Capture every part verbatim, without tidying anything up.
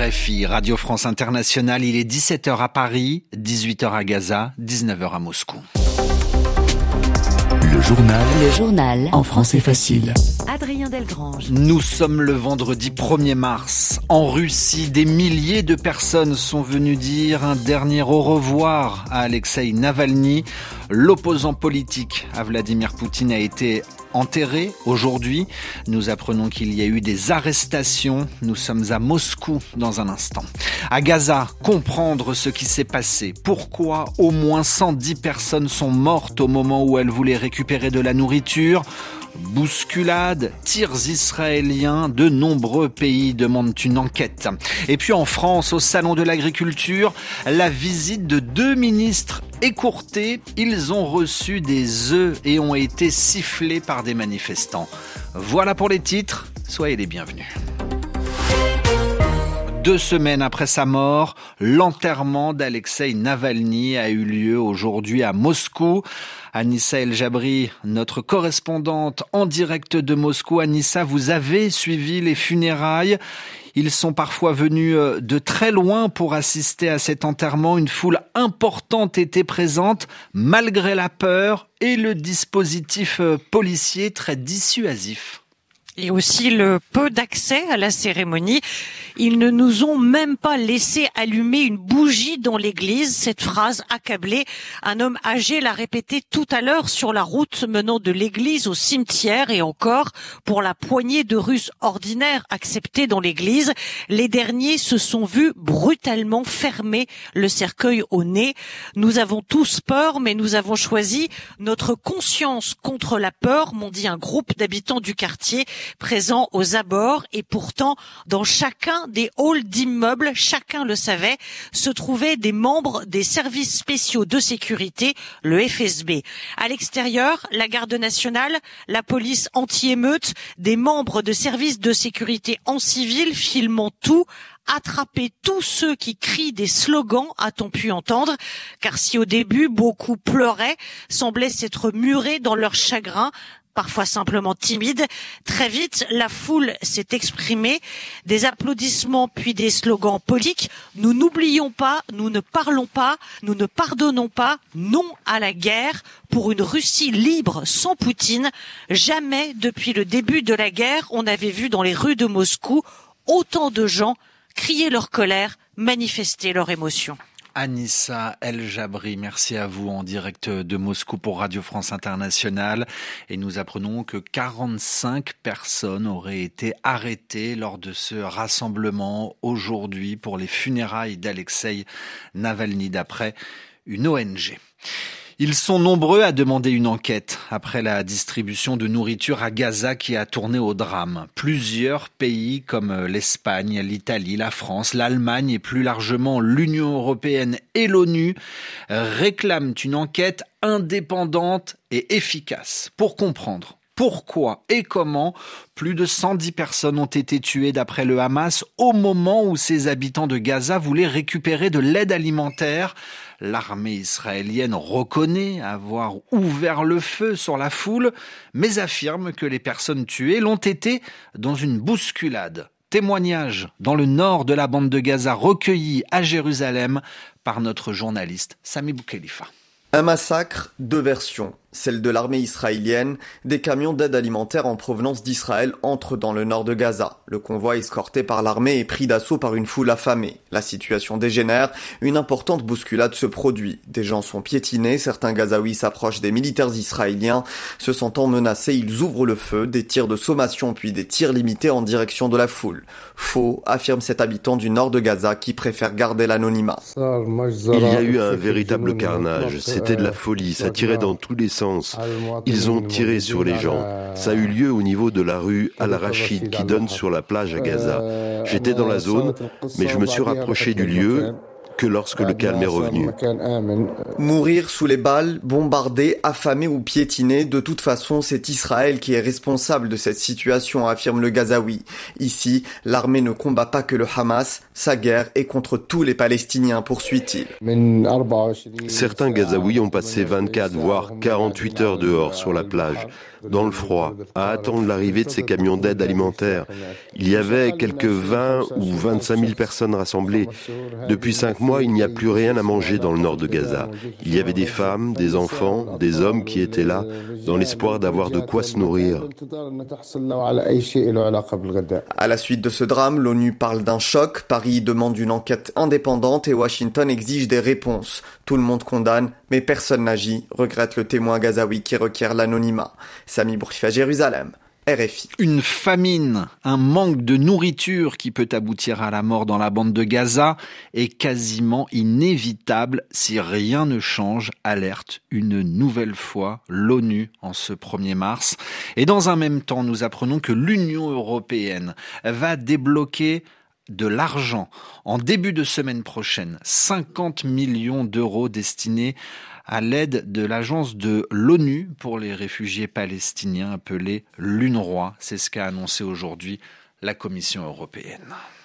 F I, Radio France Internationale, il est dix-sept heures à Paris, dix-huit heures à Gaza, dix-neuf heures à Moscou. Le journal. Le journal. En français facile. Adrien Delgrange. Nous sommes le vendredi premier mars. En Russie, des milliers de personnes sont venues dire un dernier au revoir à Alexeï Navalny. L'opposant politique à Vladimir Poutine a été enterré aujourd'hui. Nous apprenons qu'il y a eu des arrestations. Nous sommes à Moscou dans un instant. À Gaza, comprendre ce qui s'est passé. Pourquoi au moins cent dix personnes sont mortes au moment où elles voulaient récupérer de la nourriture. Bousculade, tirs israéliens, de nombreux pays demandent une enquête. Et puis en France, au Salon de l'Agriculture, la visite de deux ministres écourtée. Ils ont reçu des œufs et ont été sifflés par des manifestants. Voilà pour les titres, soyez les bienvenus. Deux semaines après sa mort, l'enterrement d'Alexeï Navalny a eu lieu aujourd'hui à Moscou. Anissa El-Jabri, notre correspondante en direct de Moscou. Anissa, vous avez suivi les funérailles. Ils sont parfois venus de très loin pour assister à cet enterrement. Une foule importante était présente, malgré la peur et le dispositif policier très dissuasif. Et aussi le peu d'accès à la cérémonie. Ils ne nous ont même pas laissé allumer une bougie dans l'église. Cette phrase accablée, un homme âgé l'a répétée tout à l'heure sur la route menant de l'église au cimetière. Et encore, pour la poignée de Russes ordinaires acceptés dans l'église, les derniers se sont vus brutalement fermer le cercueil au nez. Nous avons tous peur, mais nous avons choisi notre conscience contre la peur, m'ont dit un groupe d'habitants du quartier présents aux abords. Et pourtant, dans chacun des halls d'immeubles, chacun le savait, se trouvaient des membres des services spéciaux de sécurité, le F S B. À l'extérieur, la garde nationale, la police anti-émeute, des membres de services de sécurité en civil filmant tout, attraper tous ceux qui crient des slogans, a-t-on pu entendre, car si au début beaucoup pleuraient, semblaient s'être murés dans leur chagrin, parfois simplement timide, très vite, la foule s'est exprimée, des applaudissements puis des slogans politiques. Nous n'oublions pas, nous ne parlons pas, nous ne pardonnons pas, non à la guerre pour une Russie libre sans Poutine. Jamais depuis le début de la guerre, on n'avait vu dans les rues de Moscou autant de gens crier leur colère, manifester leur émotion. Anissa El-Jabri, merci à vous en direct de Moscou pour Radio France Internationale. Et nous apprenons que quarante-cinq personnes auraient été arrêtées lors de ce rassemblement aujourd'hui pour les funérailles d'Alexeï Navalny d'après une O N G. Ils sont nombreux à demander une enquête après la distribution de nourriture à Gaza qui a tourné au drame. Plusieurs pays comme l'Espagne, l'Italie, la France, l'Allemagne et plus largement l'Union européenne et l'ONU réclament une enquête indépendante et efficace pour comprendre pourquoi et comment plus de cent dix personnes ont été tuées d'après le Hamas au moment où ces habitants de Gaza voulaient récupérer de l'aide alimentaire. L'armée israélienne reconnaît avoir ouvert le feu sur la foule, mais affirme que les personnes tuées l'ont été dans une bousculade. Témoignage dans le nord de la bande de Gaza recueilli à Jérusalem par notre journaliste Sami Boukhelifa. Un massacre, deux versions. Celle de l'armée israélienne, des camions d'aide alimentaire en provenance d'Israël entrent dans le nord de Gaza. Le convoi escorté par l'armée est pris d'assaut par une foule affamée. La situation dégénère, une importante bousculade se produit. Des gens sont piétinés, certains Gazaouis s'approchent des militaires israéliens. Se sentant menacés, ils ouvrent le feu, des tirs de sommation puis des tirs limités en direction de la foule. Faux, affirme cet habitant du nord de Gaza qui préfère garder l'anonymat. Il y a eu un véritable carnage, c'était de la folie, ça tirait dans tous les sens. Ils ont tiré sur les gens. Ça a eu lieu au niveau de la rue Al-Rachid qui donne sur la plage à Gaza. J'étais dans la zone, mais je me suis rapproché du lieu que lorsque le calme est revenu. Mourir sous les balles, bombardé, affamé ou piétiné, de toute façon, c'est Israël qui est responsable de cette situation, affirme le Gazaoui. Ici, l'armée ne combat pas que le Hamas, sa guerre est contre tous les Palestiniens, poursuit-il. Certains Gazaouis ont passé vingt-quatre voire quarante-huit heures dehors sur la plage, dans le froid, à attendre l'arrivée de ces camions d'aide alimentaire. Il y avait quelques vingt ou vingt-cinq mille personnes rassemblées. Depuis cinq mois, il n'y a plus rien à manger dans le nord de Gaza. Il y avait des femmes, des enfants, des hommes qui étaient là, dans l'espoir d'avoir de quoi se nourrir. À la suite de ce drame, l'ONU parle d'un choc, Paris demande une enquête indépendante et Washington exige des réponses. Tout le monde condamne, mais personne n'agit, regrette le témoin gazaoui qui requiert l'anonymat. Sami Bourrifa, Jérusalem, R F I. Une famine, un manque de nourriture qui peut aboutir à la mort dans la bande de Gaza est quasiment inévitable si rien ne change, alerte une nouvelle fois l'ONU en ce premier mars. Et dans un même temps, nous apprenons que l'Union européenne va débloquer de l'argent en début de semaine prochaine, cinquante millions d'euros destinés à l'aide de l'agence de l'ONU pour les réfugiés palestiniens appelée l'UNRWA. C'est ce qu'a annoncé aujourd'hui la Commission européenne.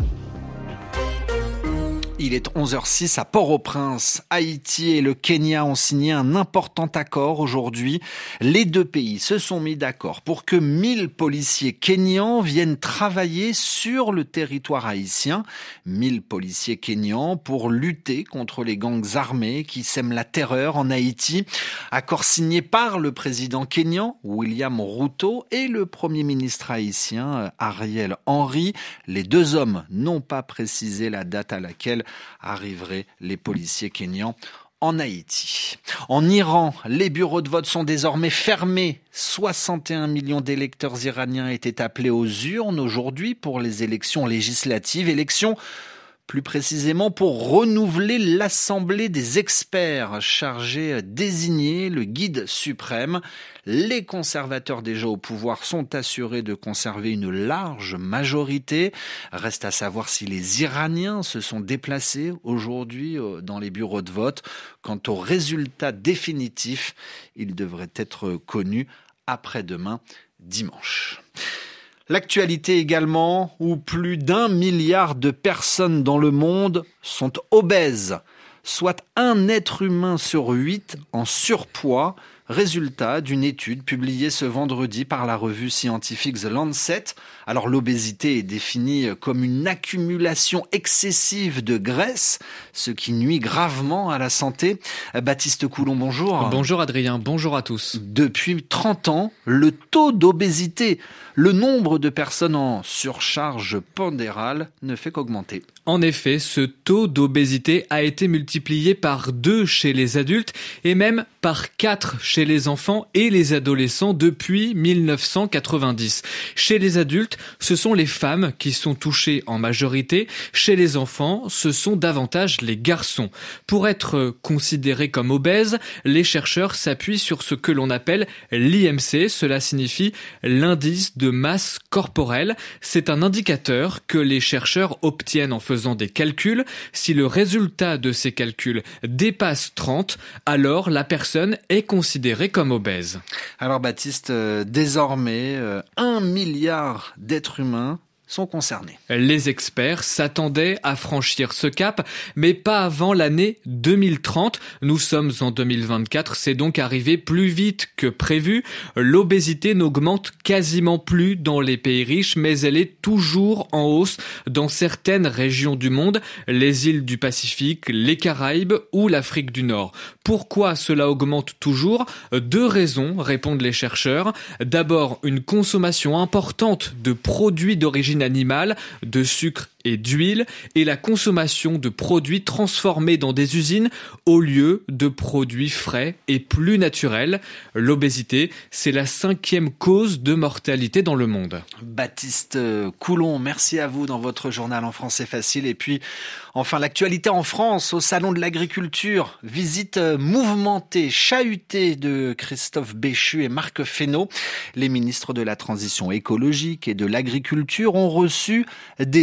Il est onze heures six à Port-au-Prince. Haïti et le Kenya ont signé un important accord aujourd'hui. Les deux pays se sont mis d'accord pour que mille policiers kenyans viennent travailler sur le territoire haïtien. mille policiers kenyans pour lutter contre les gangs armés qui sèment la terreur en Haïti. Accord signé par le président kenyan, William Ruto, et le premier ministre haïtien, Ariel Henry. Les deux hommes n'ont pas précisé la date à laquelle arriveraient les policiers kenyans en Haïti. En Iran, les bureaux de vote sont désormais fermés. soixante et un millions d'électeurs iraniens étaient appelés aux urnes aujourd'hui pour les élections législatives. Élections plus précisément pour renouveler l'Assemblée des experts chargés de désigner le guide suprême. Les conservateurs déjà au pouvoir sont assurés de conserver une large majorité. Reste à savoir si les Iraniens se sont déplacés aujourd'hui dans les bureaux de vote. Quant au résultat définitif, il devrait être connu après-demain, dimanche. L'actualité également, où plus d'un milliard de personnes dans le monde sont obèses, soit un être humain sur huit en surpoids. Résultat d'une étude publiée ce vendredi par la revue scientifique The Lancet. Alors l'obésité est définie comme une accumulation excessive de graisse, ce qui nuit gravement à la santé. Baptiste Coulon, bonjour. Bonjour Adrien, bonjour à tous. Depuis trente ans, le taux d'obésité, le nombre de personnes en surcharge pondérale ne fait qu'augmenter. En effet, ce taux d'obésité a été multiplié par deux chez les adultes et même par quatre chez les enfants et les adolescents depuis mille neuf cent quatre-vingt-dix. Chez les adultes, ce sont les femmes qui sont touchées en majorité. Chez les enfants, ce sont davantage les garçons. Pour être considérés comme obèses, les chercheurs s'appuient sur ce que l'on appelle l'I M C. Cela signifie l'indice de masse corporelle. C'est un indicateur que les chercheurs obtiennent en faisant des calculs. Si le résultat de ces calculs dépasse trente, alors la personne est considérée comme obèse. Alors Baptiste, euh, désormais, euh, un milliard d'êtres humains sont concernés. Les experts s'attendaient à franchir ce cap, mais pas avant l'année deux mille trente. Nous sommes en deux mille vingt-quatre, c'est donc arrivé plus vite que prévu. L'obésité n'augmente quasiment plus dans les pays riches, mais elle est toujours en hausse dans certaines régions du monde, les îles du Pacifique, les Caraïbes ou l'Afrique du Nord. Pourquoi cela augmente toujours ? Deux raisons, répondent les chercheurs. D'abord, une consommation importante de produits d'origine animale, de sucre et d'huile, et la consommation de produits transformés dans des usines au lieu de produits frais et plus naturels. L'obésité, c'est la cinquième cause de mortalité dans le monde. Baptiste Coulon, merci à vous dans votre journal en français facile. Et puis, enfin, l'actualité en France, au Salon de l'Agriculture, visite mouvementée, chahutée de Christophe Béchu et Marc Fesneau. Les ministres de la Transition écologique et de l'Agriculture ont reçu des œufs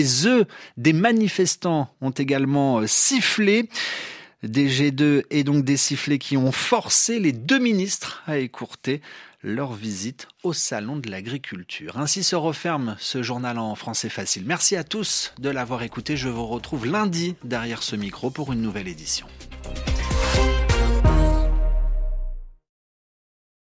Des manifestants ont également sifflé. Des G deux et donc des sifflets qui ont forcé les deux ministres à écourter leur visite au Salon de l'Agriculture. Ainsi se referme ce journal en français facile. Merci à tous de l'avoir écouté. Je vous retrouve lundi derrière ce micro pour une nouvelle édition.